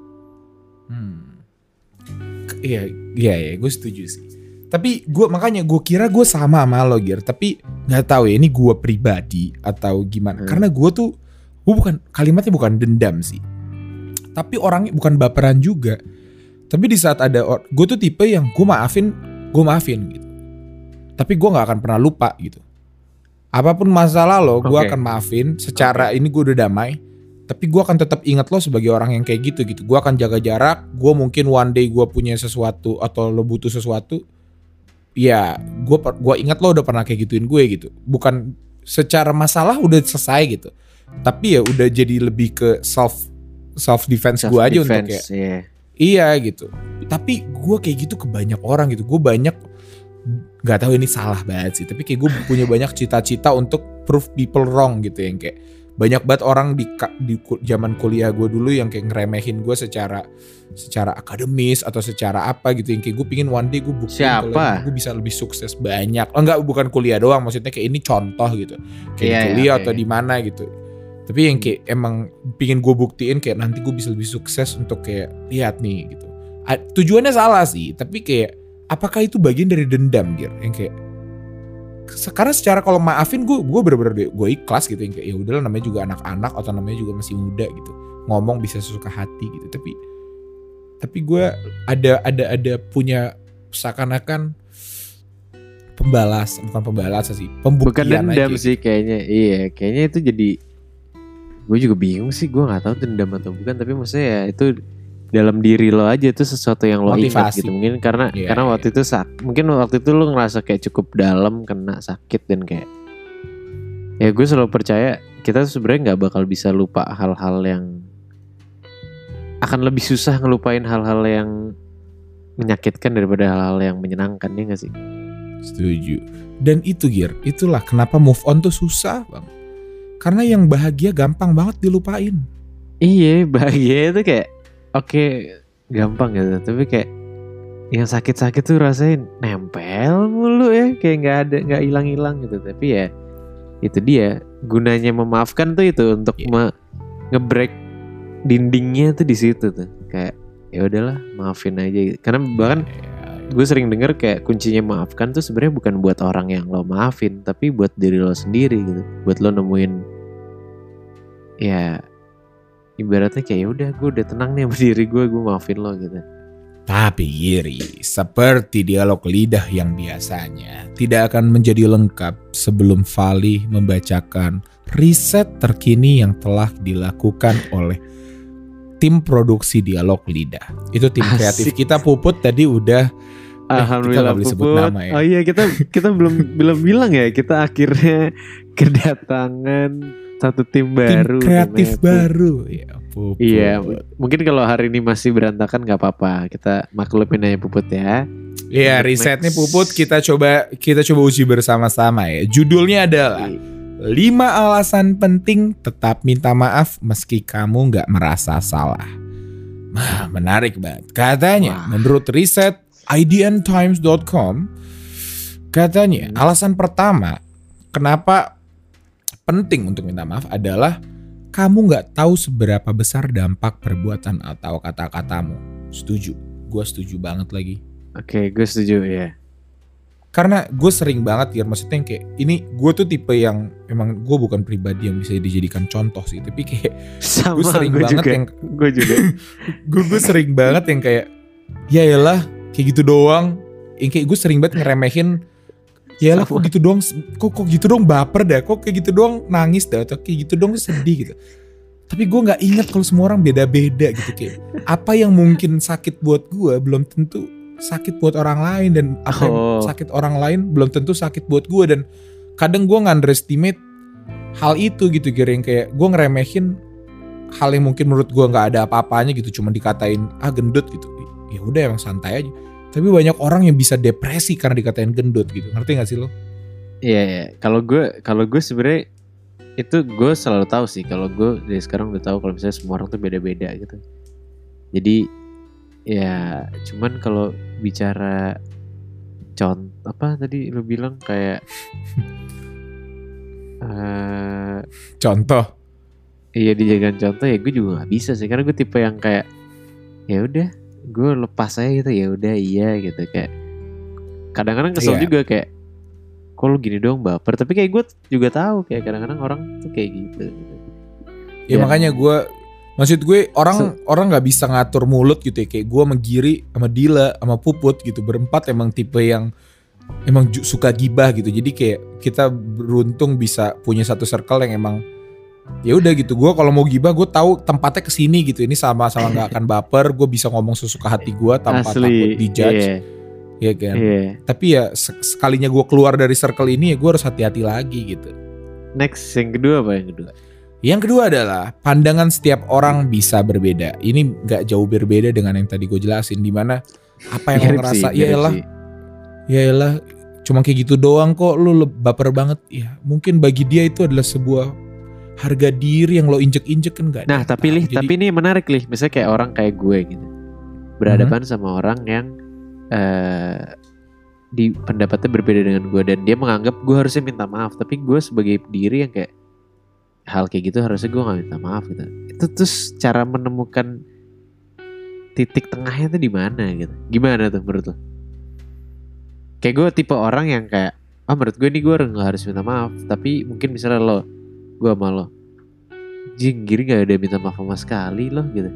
Hmm. Iya, iya, iya, gue setuju sih. Tapi gue makanya gue kira gue sama sama lo Gir, tapi nggak tahu ya ini gue pribadi atau gimana. Hmm. Karena gue tuh, gue bukan kalimatnya bukan dendam sih, tapi orangnya bukan baperan juga. Tapi di saat ada, gue tuh tipe yang gue maafin, gue maafin gitu. Tapi gue nggak akan pernah lupa gitu. Apapun masalah lo, gue okay. akan maafin. Secara okay. ini gue udah damai. Tapi gue akan tetap ingat lo sebagai orang yang kayak gitu gitu. Gue akan jaga jarak. Gue mungkin one day gue punya sesuatu atau lo butuh sesuatu. Ya, gue gue ingat lo udah pernah kayak gituin gue gitu. Bukan secara masalah udah selesai gitu. Tapi ya udah jadi lebih ke self self defense gue aja untuk kayak. Yeah. Iya gitu. Tapi gue kayak gitu ke banyak orang gitu. Gue banyak, gak tahu ini salah banget sih. Tapi kayak gue punya banyak cita-cita untuk prove people wrong gitu. Yang kayak banyak banget orang di, di zaman kuliah gue dulu yang kayak ngeremehin gue secara secara akademis atau secara apa gitu. Yang kayak gue pingin one day gue buktiin kalau gue bisa lebih sukses banyak. Oh enggak, bukan kuliah doang. Maksudnya kayak ini contoh gitu. Kayak yeah, di kuliah yeah, atau okay. di mana gitu. Tapi yang kayak emang pingin gue buktiin kayak nanti gue bisa lebih sukses untuk kayak lihat nih gitu. Tujuannya salah sih, tapi kayak apakah itu bagian dari dendam Gir? Yang kayak sekarang secara kalau maafin gue gue bener-bener gue ikhlas gitu, yang kayak ya udahlah namanya juga anak-anak atau namanya juga masih muda gitu. Ngomong bisa sesuka hati gitu. Tapi tapi gue ada ada ada punya seakan-akan pembalas, bukan pembalas sih, pembuktian bukan dendam aja, sih gitu. Kayaknya. Iya, kayaknya itu jadi gue juga bingung sih, gue nggak tahu dendam atau bukan, tapi maksudnya ya itu dalam diri lo aja, itu sesuatu yang lo ingat gitu. Mungkin karena yeah, karena waktu yeah. itu sak, mungkin waktu itu lo ngerasa kayak cukup dalam, kena sakit dan kayak ya gue selalu percaya kita sebenarnya nggak bakal bisa lupa hal-hal yang akan lebih susah ngelupain hal-hal yang menyakitkan daripada hal-hal yang menyenangkan, ya nggak sih? Setuju. Dan itu Gir, itulah kenapa move on tuh susah bang. Karena yang bahagia gampang banget dilupain. Iya, bahagia itu kayak oke okay, gampang gitu, tapi kayak yang sakit-sakit tuh rasain nempel mulu ya, kayak nggak ada, nggak hilang-hilang gitu. Tapi ya itu dia gunanya memaafkan tuh itu untuk yeah. me- nge-break dindingnya tuh di situ tuh. Kayak ya udahlah maafin aja. Karena bahkan gue sering denger kayak kuncinya maafkan tuh sebenarnya bukan buat orang yang lo maafin, tapi buat diri lo sendiri gitu. Buat lo nemuin ya ibaratnya kayak ya udah gue udah tenang nih sama diri gue, gue maafin lo gitu. Tapi Giri, seperti dialog lidah yang biasanya tidak akan menjadi lengkap sebelum Fali membacakan riset terkini yang telah dilakukan oleh tim produksi dialog lidah. Itu tim Asik. kreatif kita Puput tadi udah. Alhamdulillah eh, kita Puput. Nama, ya. Oh iya kita kita belum belum bilang ya, kita akhirnya kedatangan satu tim baru. Tim kreatif baru. Ya, Puput. Iya, mungkin kalau hari ini masih berantakan nggak apa-apa, kita maklumin aja Puput ya. Iya, risetnya Puput kita coba kita coba uji bersama-sama ya. Judulnya adalah lima alasan penting tetap minta maaf meski kamu gak merasa salah. Nah, menarik banget. Katanya, Wah. menurut riset I D N times dot com, katanya alasan pertama kenapa penting untuk minta maaf adalah kamu gak tahu seberapa besar dampak perbuatan atau kata-katamu. Setuju, gue setuju banget lagi. Oke, gue setuju ya. Karena gue sering banget ya, maksudnya kayak ini gue tuh tipe yang memang gue bukan pribadi yang bisa dijadikan contoh sih, tapi kayak gue sering gua banget juga. yang gue juga gue gue sering banget yang kayak ya elah kayak gitu doang, yang kayak gue sering banget ngeremehin ya elah kok gitu doang, kok kok gitu doang baper dah, kok kayak gitu doang nangis dah, atau kayak gitu doang sedih gitu. Tapi gue nggak ingat kalau semua orang beda-beda gitu, kayak apa yang mungkin sakit buat gue belum tentu sakit buat orang lain, dan apa yang oh. sakit orang lain belum tentu sakit buat gue. Dan kadang gue nge-underestimate hal itu gitu, kira yang kayak gue ngeremehin hal yang mungkin menurut gue nggak ada apa-apanya gitu, cuma dikatain ah gendut gitu, ya udah emang santai aja. Tapi banyak orang yang bisa depresi karena dikatain gendut gitu, ngerti nggak sih lo? Iya, iya. Kalau gue kalau gue sebenarnya itu gue selalu tahu sih, kalau gue dari sekarang udah tahu kalau misalnya semua orang tuh beda-beda gitu. Jadi Ya cuman kalau bicara contoh apa tadi lu bilang kayak uh, contoh iya dijadikan contoh ya gue juga nggak bisa sih karena gue tipe yang kayak ya udah gue lepas aja gitu ya udah iya gitu kayak kadang-kadang kesel Iya. juga kayak kok lu gini dong baper tapi kayak gue juga tahu kayak kadang-kadang orang tuh kayak gitu, gitu. ya Dan- makanya gue maksud gue orang Se- orang nggak bisa ngatur mulut gitu ya, kayak gue sama Giri sama Dila sama Puput gitu berempat emang tipe yang emang ju- suka gibah gitu, jadi kayak kita beruntung bisa punya satu circle yang emang ya udah gitu. Gue kalau mau gibah gue tahu tempatnya kesini gitu, ini sama-sama nggak akan baper, gue bisa ngomong sesuka hati gue tanpa asli takut dijudge, iya, ya kan. iya. Tapi ya se- sekalinya gue keluar dari circle ini ya gue harus hati-hati lagi gitu. Next yang kedua apa yang kedua Yang kedua adalah pandangan setiap orang bisa berbeda. Ini nggak jauh berbeda dengan yang tadi gue jelasin, di mana apa yang lo Mirip ngerasa sih, ya mirip elah, sih. ya elah, cuma kayak gitu doang kok, lu le- baper banget. Ya mungkin bagi dia itu adalah sebuah harga diri yang lo injek-injek kan nggak. Nah ada yang tapi tahu. lih Jadi, tapi ini menarik lih misalnya kayak orang kayak gue gitu berhadapan sama orang yang eh di pendapatnya berbeda dengan gue dan dia menganggap gue harusnya minta maaf tapi gue sebagai diri yang kayak hal kayak gitu harusnya gue nggak minta maaf gitu itu terus cara menemukan titik tengahnya tuh di mana gitu gimana tuh menurut lo kayak gue tipe orang yang kayak ah menurut gue ini gue nggak harus minta maaf tapi mungkin misalnya lo gue sama lo jing Giri nggak ada minta maaf sama sekali loh gitu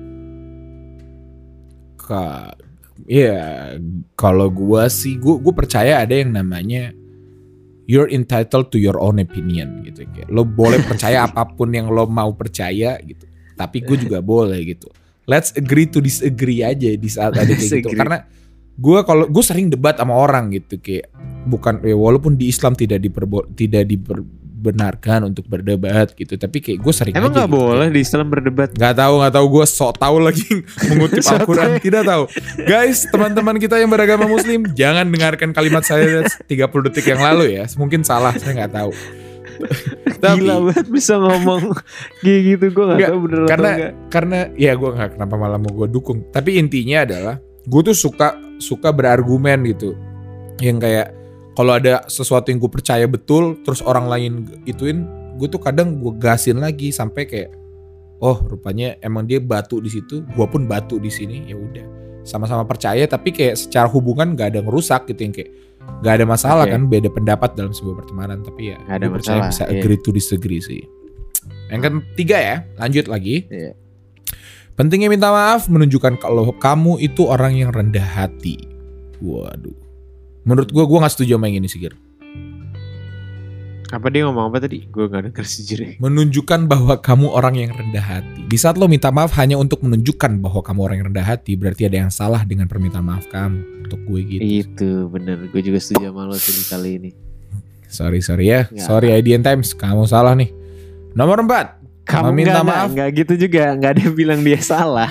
Ka, ya kalau gua sih, gua gua percaya ada yang namanya you're entitled to your own opinion gitu. Kayak lo boleh percaya apapun yang lo mau percaya gitu. Tapi gue juga boleh gitu. Let's agree to disagree aja di saat ada kayak gitu. Disagree. Karena gua kalau gue sering debat sama orang gitu kayak bukan ya walaupun di Islam tidak diperbo tidak diperbenarkan untuk berdebat gitu. Tapi kayak gue sering emang aja nggak gitu, boleh kayak, di Islam berdebat Gak tahu, gak tahu, gue sok tahu lagi mengutip Sok Al-Quran. tahu. Tidak tahu, guys, teman-teman kita yang beragama Muslim, jangan dengarkan kalimat saya tiga puluh detik yang lalu ya. Mungkin salah, saya nggak tahu. Tapi gila banget bisa ngomong kayak gitu gue nggak Nggak, tahu bener karena atau enggak karena ya gue nggak kenapa malah mau gue dukung. Tapi intinya adalah gue tuh suka suka berargumen gitu, yang kayak kalau ada sesuatu yang gue percaya betul, terus orang lain ituin, gue tuh kadang gue gasin lagi sampai kayak oh rupanya emang dia batu di situ, gue pun batu di sini, ya udah sama-sama percaya tapi kayak secara hubungan gak ada ngerusak gitu, yang kayak gak ada masalah. Oke. kan beda pendapat dalam sebuah pertemanan, tapi ya Nggak ada gue percaya masalah, bisa iya. agree to disagree sih. Yang ketiga ya, lanjut lagi. Iya. Pentingnya minta maaf menunjukkan kalau kamu itu orang yang rendah hati. Waduh, menurut gue gue nggak setuju sama yang ini sih, Gir. apa dia ngomong apa tadi gue nggak denger sejujurnya Menunjukkan bahwa kamu orang yang rendah hati. Di saat lo minta maaf hanya untuk menunjukkan bahwa kamu orang yang rendah hati, berarti ada yang salah dengan permintaan maaf kamu. Untuk gue gitu. itu bener gue juga setuju sama lo sih kali ini Sorry sorry ya, Nggak. sorry I D N Times, kamu salah nih. Nomor empat, kamu meminta nggak ada- maaf. nggak gitu juga nggak ada yang bilang dia salah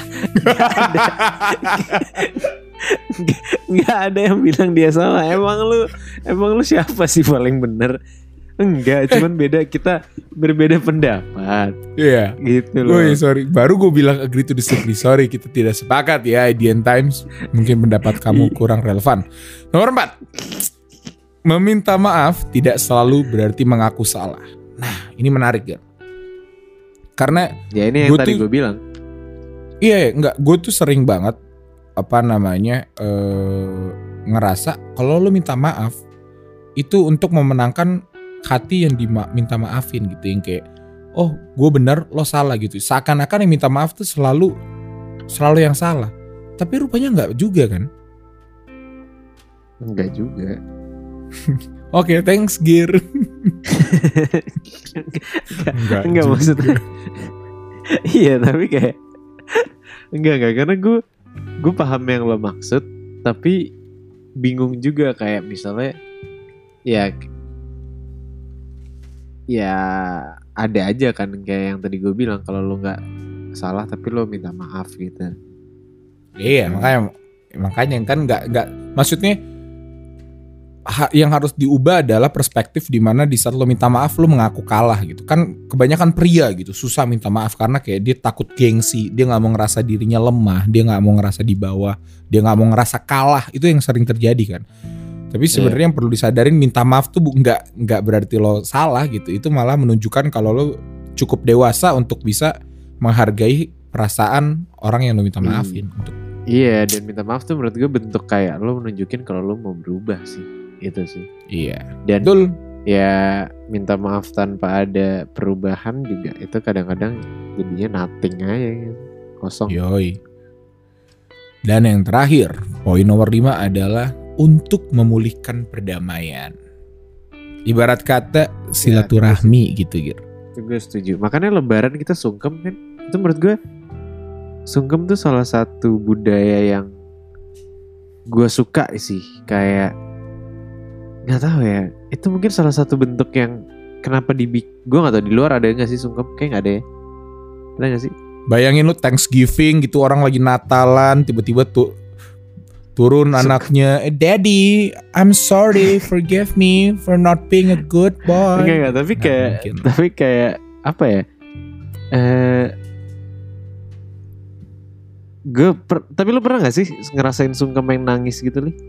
Nggak- nggak ada yang bilang dia salah emang lu emang lu siapa sih paling bener enggak cuman beda kita berbeda pendapat Iya. gitu loh Woi sorry, baru gue bilang agree to disagree. Sorry kita tidak sepakat ya I D N Times. Mungkin pendapat kamu kurang relevan. Nomor empat, meminta maaf tidak selalu berarti mengaku salah. Nah ini menarik ya. Karena ya ini yang Gua tadi tuh- gue bilang iya enggak, gue tuh sering banget apa namanya eh, ngerasa kalau lo minta maaf itu untuk memenangkan hati yang diminta maafin gitu, yang kayak oh gue benar lo salah gitu, seakan-akan yang minta maaf tuh selalu selalu yang salah, tapi rupanya nggak juga kan. enggak juga Oke thanks Gir. enggak enggak maksudnya iya tapi kayak enggak enggak karena gue gue paham yang lo maksud tapi bingung juga kayak misalnya ya ya ada aja kan kayak yang tadi gue bilang kalau lo nggak salah tapi lo minta maaf gitu Iya makanya makanya kan nggak nggak maksudnya ha, yang harus diubah adalah perspektif di mana di saat lo minta maaf lo mengaku kalah gitu. Kan kebanyakan pria gitu susah minta maaf karena kayak dia takut gengsi, dia nggak mau ngerasa dirinya lemah, dia nggak mau ngerasa di bawah, dia nggak mau ngerasa kalah. Itu yang sering terjadi kan. Tapi sebenarnya yeah. yang perlu disadarin minta maaf tuh nggak nggak berarti lo salah gitu. Itu malah menunjukkan kalau lo cukup dewasa untuk bisa menghargai perasaan orang yang lo minta maafin. Hmm. Untuk iya, dan minta maaf tuh menurut gue bentuk kayak lo menunjukin kalau lo mau berubah sih. Itu sih. Iya. Dan betul. Ya minta maaf tanpa ada perubahan juga itu kadang-kadang jadinya nothing aja gitu. Kosong. Yoi. Dan yang terakhir, poin nomor lima adalah untuk memulihkan perdamaian. Ibarat kata silaturahmi ya, gitu gitu. Gue setuju. Makanya lebaran kita sungkem kan. Itu menurut gue sungkem tuh salah satu budaya yang gue suka sih. Kayak nggak tahu ya, itu mungkin salah satu bentuk yang kenapa dibik, gue nggak tahu di luar ada nggak sih sungkem, kayak nggak ada ya, ada nggak sih? Bayangin lu Thanksgiving gitu orang lagi Natalan tiba-tiba tuh turun Suk- anaknya, Daddy, I'm sorry, forgive me for not being a good boy. Enggak enggak, tapi kayak, mungkin. tapi kayak apa ya? Eh, gue, per, tapi lu pernah nggak sih ngerasain sungkem yang nangis gitu nih?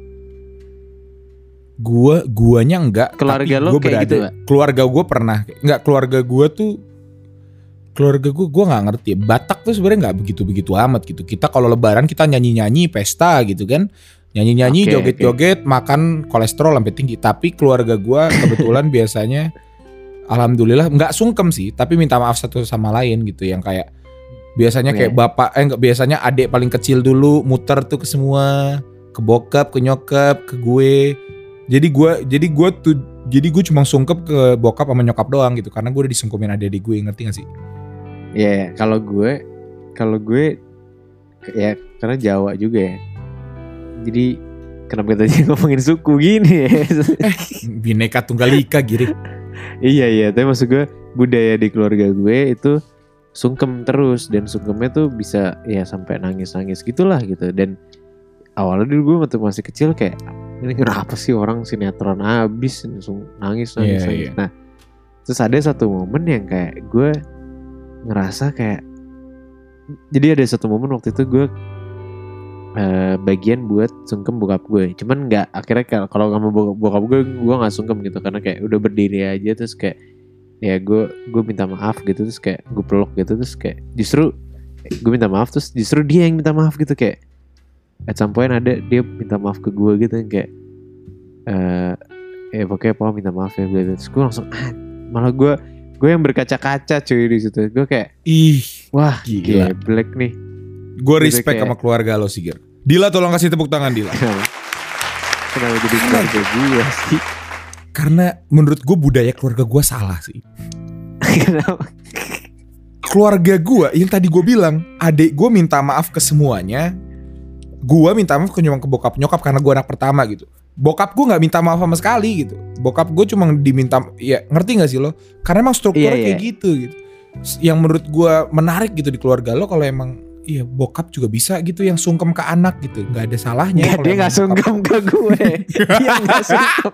Gua guanya enggak, keluarga lo kayak gitu gak? Keluarga gue pernah enggak, keluarga gue tuh keluarga gue gue nggak ngerti. Batak tuh sebenarnya nggak begitu begitu amat gitu. Kita kalau lebaran kita nyanyi nyanyi pesta gitu kan, nyanyi nyanyi okay, joget joget okay. Makan kolesterol sampai tinggi. Tapi keluarga gue kebetulan biasanya alhamdulillah nggak sungkem sih, tapi minta maaf satu sama lain gitu. Yang kayak biasanya kayak yeah. bapak eh enggak, biasanya adik paling kecil dulu muter tuh ke semua, ke bokap, ke nyokap, ke gue. Jadi gue, jadi gue tuh, jadi gue cuma sungkep ke bokap sama nyokap doang gitu, karena gue udah disungkemin adik-adik gue, ngerti gak sih? Iya, yeah, kalau gue, kalau gue, ya karena Jawa juga ya. Jadi kenapa kita jadi ngomongin suku gini ya? Bineka Tunggal Ika Giri. Iya iya, tapi maksud gue budaya di keluarga gue itu sungkem terus, dan sungkemnya tuh bisa ya sampai nangis-nangis gitulah gitu. Dan awalnya dulu gue waktu masih kecil kayak, ini kenapa sih orang sinetron abis langsung nangis nangis, yeah, nangis. Yeah. Nah terus ada satu momen yang kayak gue ngerasa kayak, jadi ada satu momen waktu itu gue uh, bagian buat sungkem bokap gue, cuman nggak, akhirnya kalau sama bokap gue gue nggak sungkem gitu karena kayak udah berdiri aja, terus kayak ya gue gue minta maaf gitu, terus kayak gue peluk gitu, terus kayak justru gue minta maaf, terus justru dia yang minta maaf gitu, kayak at some point ada dia minta maaf ke gue gitu kayak uh, eh pokoknya Papa minta maaf ya, terus gue langsung ah, malah gue gue yang berkaca-kaca cuy di situ, gue kayak ih wah gila black nih. Gue respect kayak, sama keluarga lo sih Gir. Dila tolong kasih tepuk tangan Dila. Kenapa jadi keluarga gue sih? Karena menurut gue budaya keluarga gue salah sih. Kenapa? Keluarga gue yang tadi gue bilang, adik gue minta maaf ke semuanya. Gue minta maaf ke nyokap, ke bokap nyokap karena gue anak pertama gitu. Bokap gue nggak minta maaf sama sekali gitu. Bokap gue cuma diminta, ya ngerti nggak sih lo? Karena emang strukturnya yeah, kayak yeah. gitu gitu. Yang menurut gue menarik gitu di keluarga lo, kalau emang iya bokap juga bisa gitu yang sungkem ke anak gitu, nggak ada salahnya. Nggak, dia nggak sungkem ke gue. Dia nggak sungkem.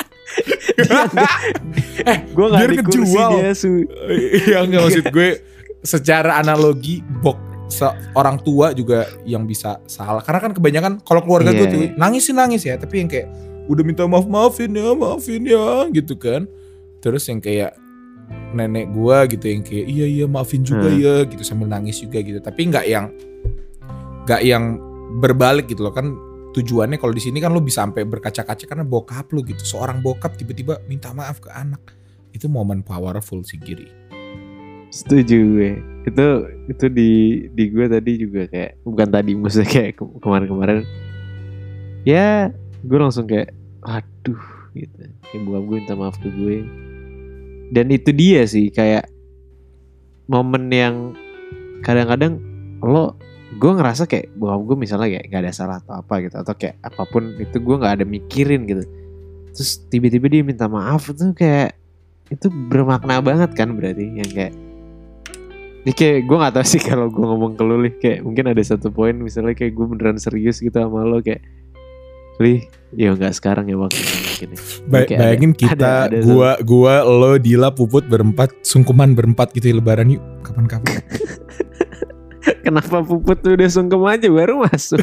Eh, gue nggak di kursi dia su. Iya nggak, maksud gue secara analogi bok. Orang tua juga yang bisa salah, karena kan kebanyakan kalau keluarga yeah, gue tuh yeah. nangis sih nangis ya, tapi yang kayak udah minta maaf maafin ya maafin ya gitu kan. Terus yang kayak nenek gue gitu yang kayak iya iya maafin juga hmm. ya gitu sambil nangis juga gitu, tapi nggak yang nggak yang berbalik gitu loh kan. Tujuannya kalau di sini kan lo bisa sampai berkaca-kaca karena bokap lo gitu, seorang bokap tiba-tiba minta maaf ke anak, itu momen powerful sih Giri. Setuju gue. Itu itu di di gue tadi juga kayak, bukan tadi maksudnya kayak ke- kemarin-kemarin. Ya, gue langsung kayak aduh gitu. Kayak bokap gue minta maaf ke gue. Dan itu dia sih kayak momen yang kadang-kadang lo, gue ngerasa kayak bokap gue misalnya kayak gak ada salah atau apa gitu, atau kayak apapun itu gue gak ada mikirin gitu. Terus tiba-tiba dia minta maaf tuh kayak itu bermakna banget kan, berarti yang kayak ini kayak gue gak tahu sih kalau gue ngomong ke lu Lih, kayak mungkin ada satu poin misalnya kayak gue beneran serius gitu sama lo kayak Lih, ya gak sekarang ya waktu mungkin. Ba- Kayak bayangin ada- kita, ada- ada gua, gua, lo, Dila, Puput berempat, sungkuman berempat gitu ya, lebaran yuk kapan-kapan. Kenapa Puput tuh udah sungkem aja baru masuk?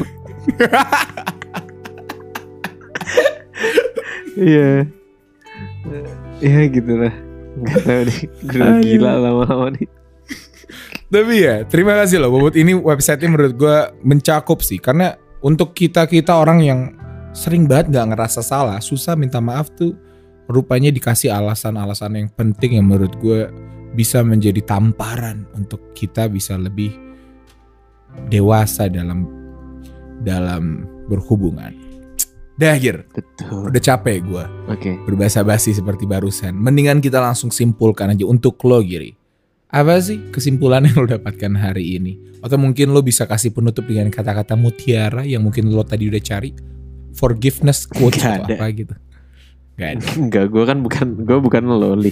Iya. Iya gitu lah. Gak tau nih. Gue udah Aduh. gila lama-lama nih. Tapi ya, terima kasih loh Puput. Ini website-nya menurut gua mencakup sih, karena untuk kita-kita orang yang sering banget gak ngerasa salah, susah minta maaf tuh, rupanya dikasih alasan-alasan yang penting yang menurut gue bisa menjadi tamparan untuk kita bisa lebih dewasa dalam dalam berhubungan. Dah Gir, Betul. udah capek gue Oke. berbahasa basi seperti barusan. Mendingan kita langsung simpulkan aja untuk lo Giri. Apa sih kesimpulan yang lo dapatkan hari ini? Atau mungkin lo bisa kasih penutup dengan kata-kata mutiara yang mungkin lo tadi udah cari? Forgiveness quote Gak atau ada. apa gitu? Gak ada. Enggak, gue kan bukan gue bukan loli.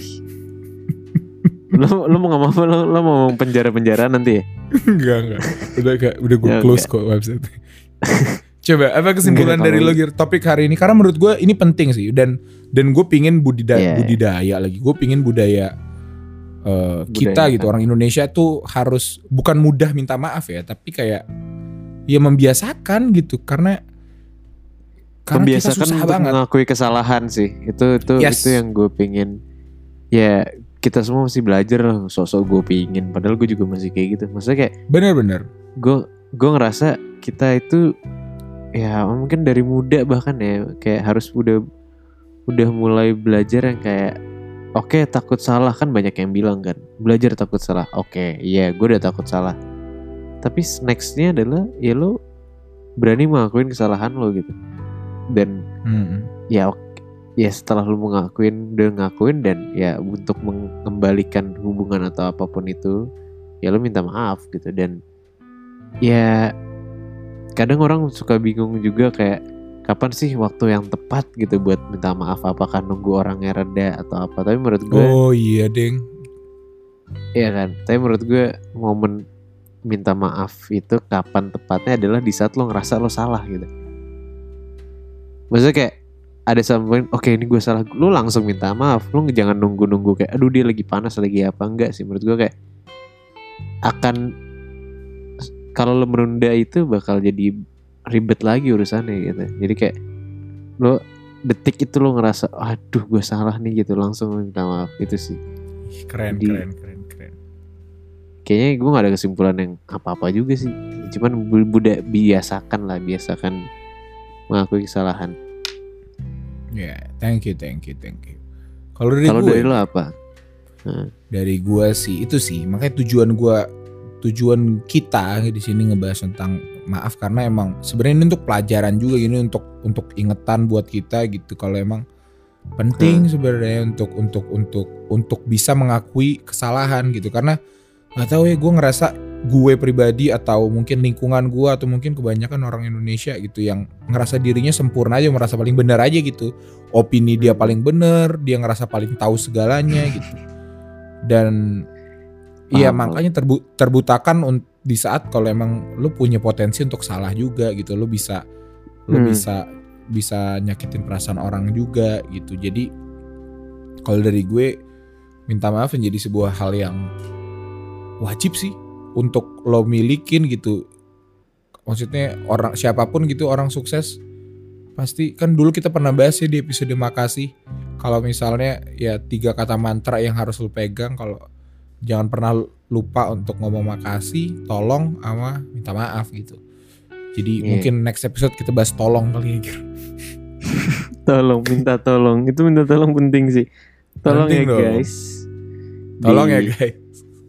Lo lo mau ngomong apa? Lo, lo mau ngomong penjara-penjara nanti ya? Enggak, enggak. Udah gak, udah gue Ya, close enggak. kok website. Coba apa kesimpulan Enggak, dari kalau- lo Gir topik hari ini? Karena menurut gue ini penting sih, dan dan gue pingin budidaya Iya, iya. budidaya lagi. Gue pingin budaya uh, kita Budaya. gitu, orang Indonesia tuh harus bukan mudah minta maaf ya, tapi kayak ya membiasakan gitu, karena karena kita Membiasakan susah untuk banget. mengakui kesalahan sih. Itu itu Yes. itu yang gue pingin. Ya kita semua masih belajar loh. Sosok gue pingin. Padahal gue juga masih kayak gitu. Maksudnya kayak Bener-bener. gue gue ngerasa kita itu ya mungkin dari muda bahkan ya kayak harus udah udah mulai belajar yang kayak oke takut salah, kan banyak yang bilang kan belajar takut salah. Oke iya gue udah takut salah, tapi nextnya adalah ya lo berani mengakuin kesalahan lo gitu. Dan Mm-mm. ya ok- ya setelah lo mengakuin udah ngakuin dan ya untuk mengembalikan hubungan atau apapun itu ya lo minta maaf gitu. Dan ya kadang orang suka bingung juga kayak kapan sih waktu yang tepat gitu buat minta maaf, apakah nunggu orangnya reda atau apa. Tapi menurut gue Oh iya deng. iya kan, tapi menurut gue momen minta maaf itu kapan tepatnya adalah di saat lo ngerasa lo salah gitu. Maksudnya kayak ada sampai oke ini gue salah, lo langsung minta maaf. Lo jangan nunggu-nunggu kayak aduh dia lagi panas lagi apa. Enggak sih, menurut gue kayak akan kalau lo menunda itu bakal jadi ribet lagi urusannya gitu. Jadi kayak lo detik itu lo ngerasa aduh gue salah nih gitu, langsung lo minta maaf. Itu sih Ih, Keren, Jadi- keren, keren, keren. kayaknya gue gak ada kesimpulan yang apa-apa juga sih. Cuman bu- budak biasakan lah, biasakan mengakui kesalahan. Ya, yeah, thank you, thank you, thank you. Kalau dari Kalau gue, dari lo apa? dari gue sih itu sih, makanya tujuan gue, tujuan kita di sini ngebahas tentang maaf karena emang sebenarnya ini untuk pelajaran juga gini, untuk untuk ingetan buat kita gitu. Kalau emang penting sebenarnya untuk untuk untuk untuk bisa mengakui kesalahan gitu, karena nggak tahu ya, gue ngerasa gue pribadi atau mungkin lingkungan gue atau mungkin kebanyakan orang Indonesia gitu yang ngerasa dirinya sempurna aja, merasa paling benar aja gitu, opini dia paling benar, dia ngerasa paling tahu segalanya gitu. Dan iya Paham, makanya terbu- terbutakan un- di saat kalau emang lu punya potensi untuk salah juga gitu, lu bisa lu Hmm. bisa bisa nyakitin perasaan orang juga gitu. Jadi kalau dari gue, minta maaf menjadi sebuah hal yang wajib sih untuk lo milikin gitu. Maksudnya orang siapapun gitu, orang sukses pasti kan, dulu kita pernah bahas ya di episode makasih, kalau misalnya ya tiga kata mantra yang harus lo pegang, kalau jangan pernah lupa untuk ngomong makasih, tolong, sama minta maaf gitu. Jadi Iya. mungkin next episode kita bahas tolong kali ya Gir. Tolong, minta tolong. Itu minta tolong penting sih. Tolong Penting ya dong. guys. Tolong Di- ya guys.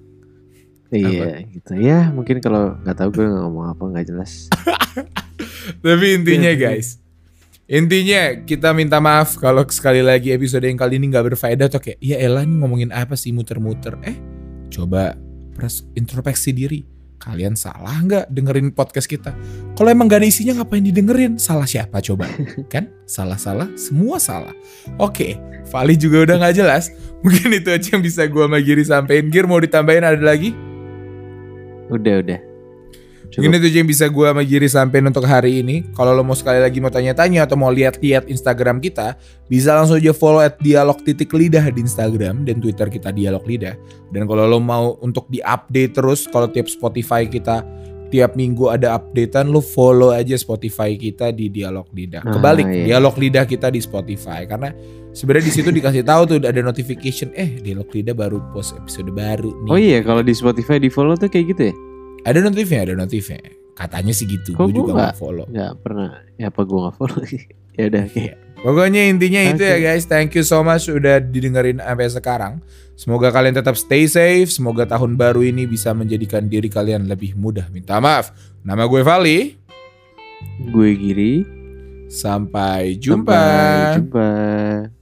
Iya gitu ya. Mungkin kalau nggak tahu gue nggak ngomong apa, nggak jelas. Tapi intinya Iya. guys, intinya kita minta maaf kalau sekali lagi episode yang kali ini gak berfaedah atau kayak ya elah nih ngomongin apa sih muter-muter. Eh coba press introspeksi diri, kalian salah gak dengerin podcast kita? Kalau emang gak ada isinya ngapain didengerin? Salah siapa coba? Kan salah-salah, semua salah. Oke, Vali juga udah gak jelas. Mungkin itu aja yang bisa gue sama Giri sampein. Gir mau ditambahin ada lagi? Udah udah. Mungkin itu aja yang bisa gue sama Giri sampein untuk hari ini. Kalau lo mau sekali lagi mau tanya-tanya atau mau lihat-lihat Instagram kita, bisa langsung aja follow at dialog titik lidah di Instagram dan Twitter kita Dialog Lidah. Dan kalau lo mau untuk di-update terus, kalau tiap Spotify kita tiap minggu ada updatean, lo follow aja Spotify kita di Dialog Lidah. Kebalik, ah, iya. Dialog Lidah kita di Spotify, karena sebenarnya di situ dikasih tahu tuh ada notification, eh Dialog Lidah baru post episode baru nih. Oh iya, kalau di Spotify di follow tuh kayak gitu ya? Ada notifnya, ada notifnya. Katanya sih gitu. Kok Gue juga gua nggak follow. Nggak pernah. Ya apa gue nggak follow? Ya udah kayak. Pokoknya intinya itu Okay. ya guys. Thank you so much udah didengerin sampai sekarang. Semoga kalian tetap stay safe. Semoga tahun baru ini bisa menjadikan diri kalian lebih mudah. Minta maaf. Nama gue Vali. Gue Giri. Sampai jumpa. Sampai jumpa.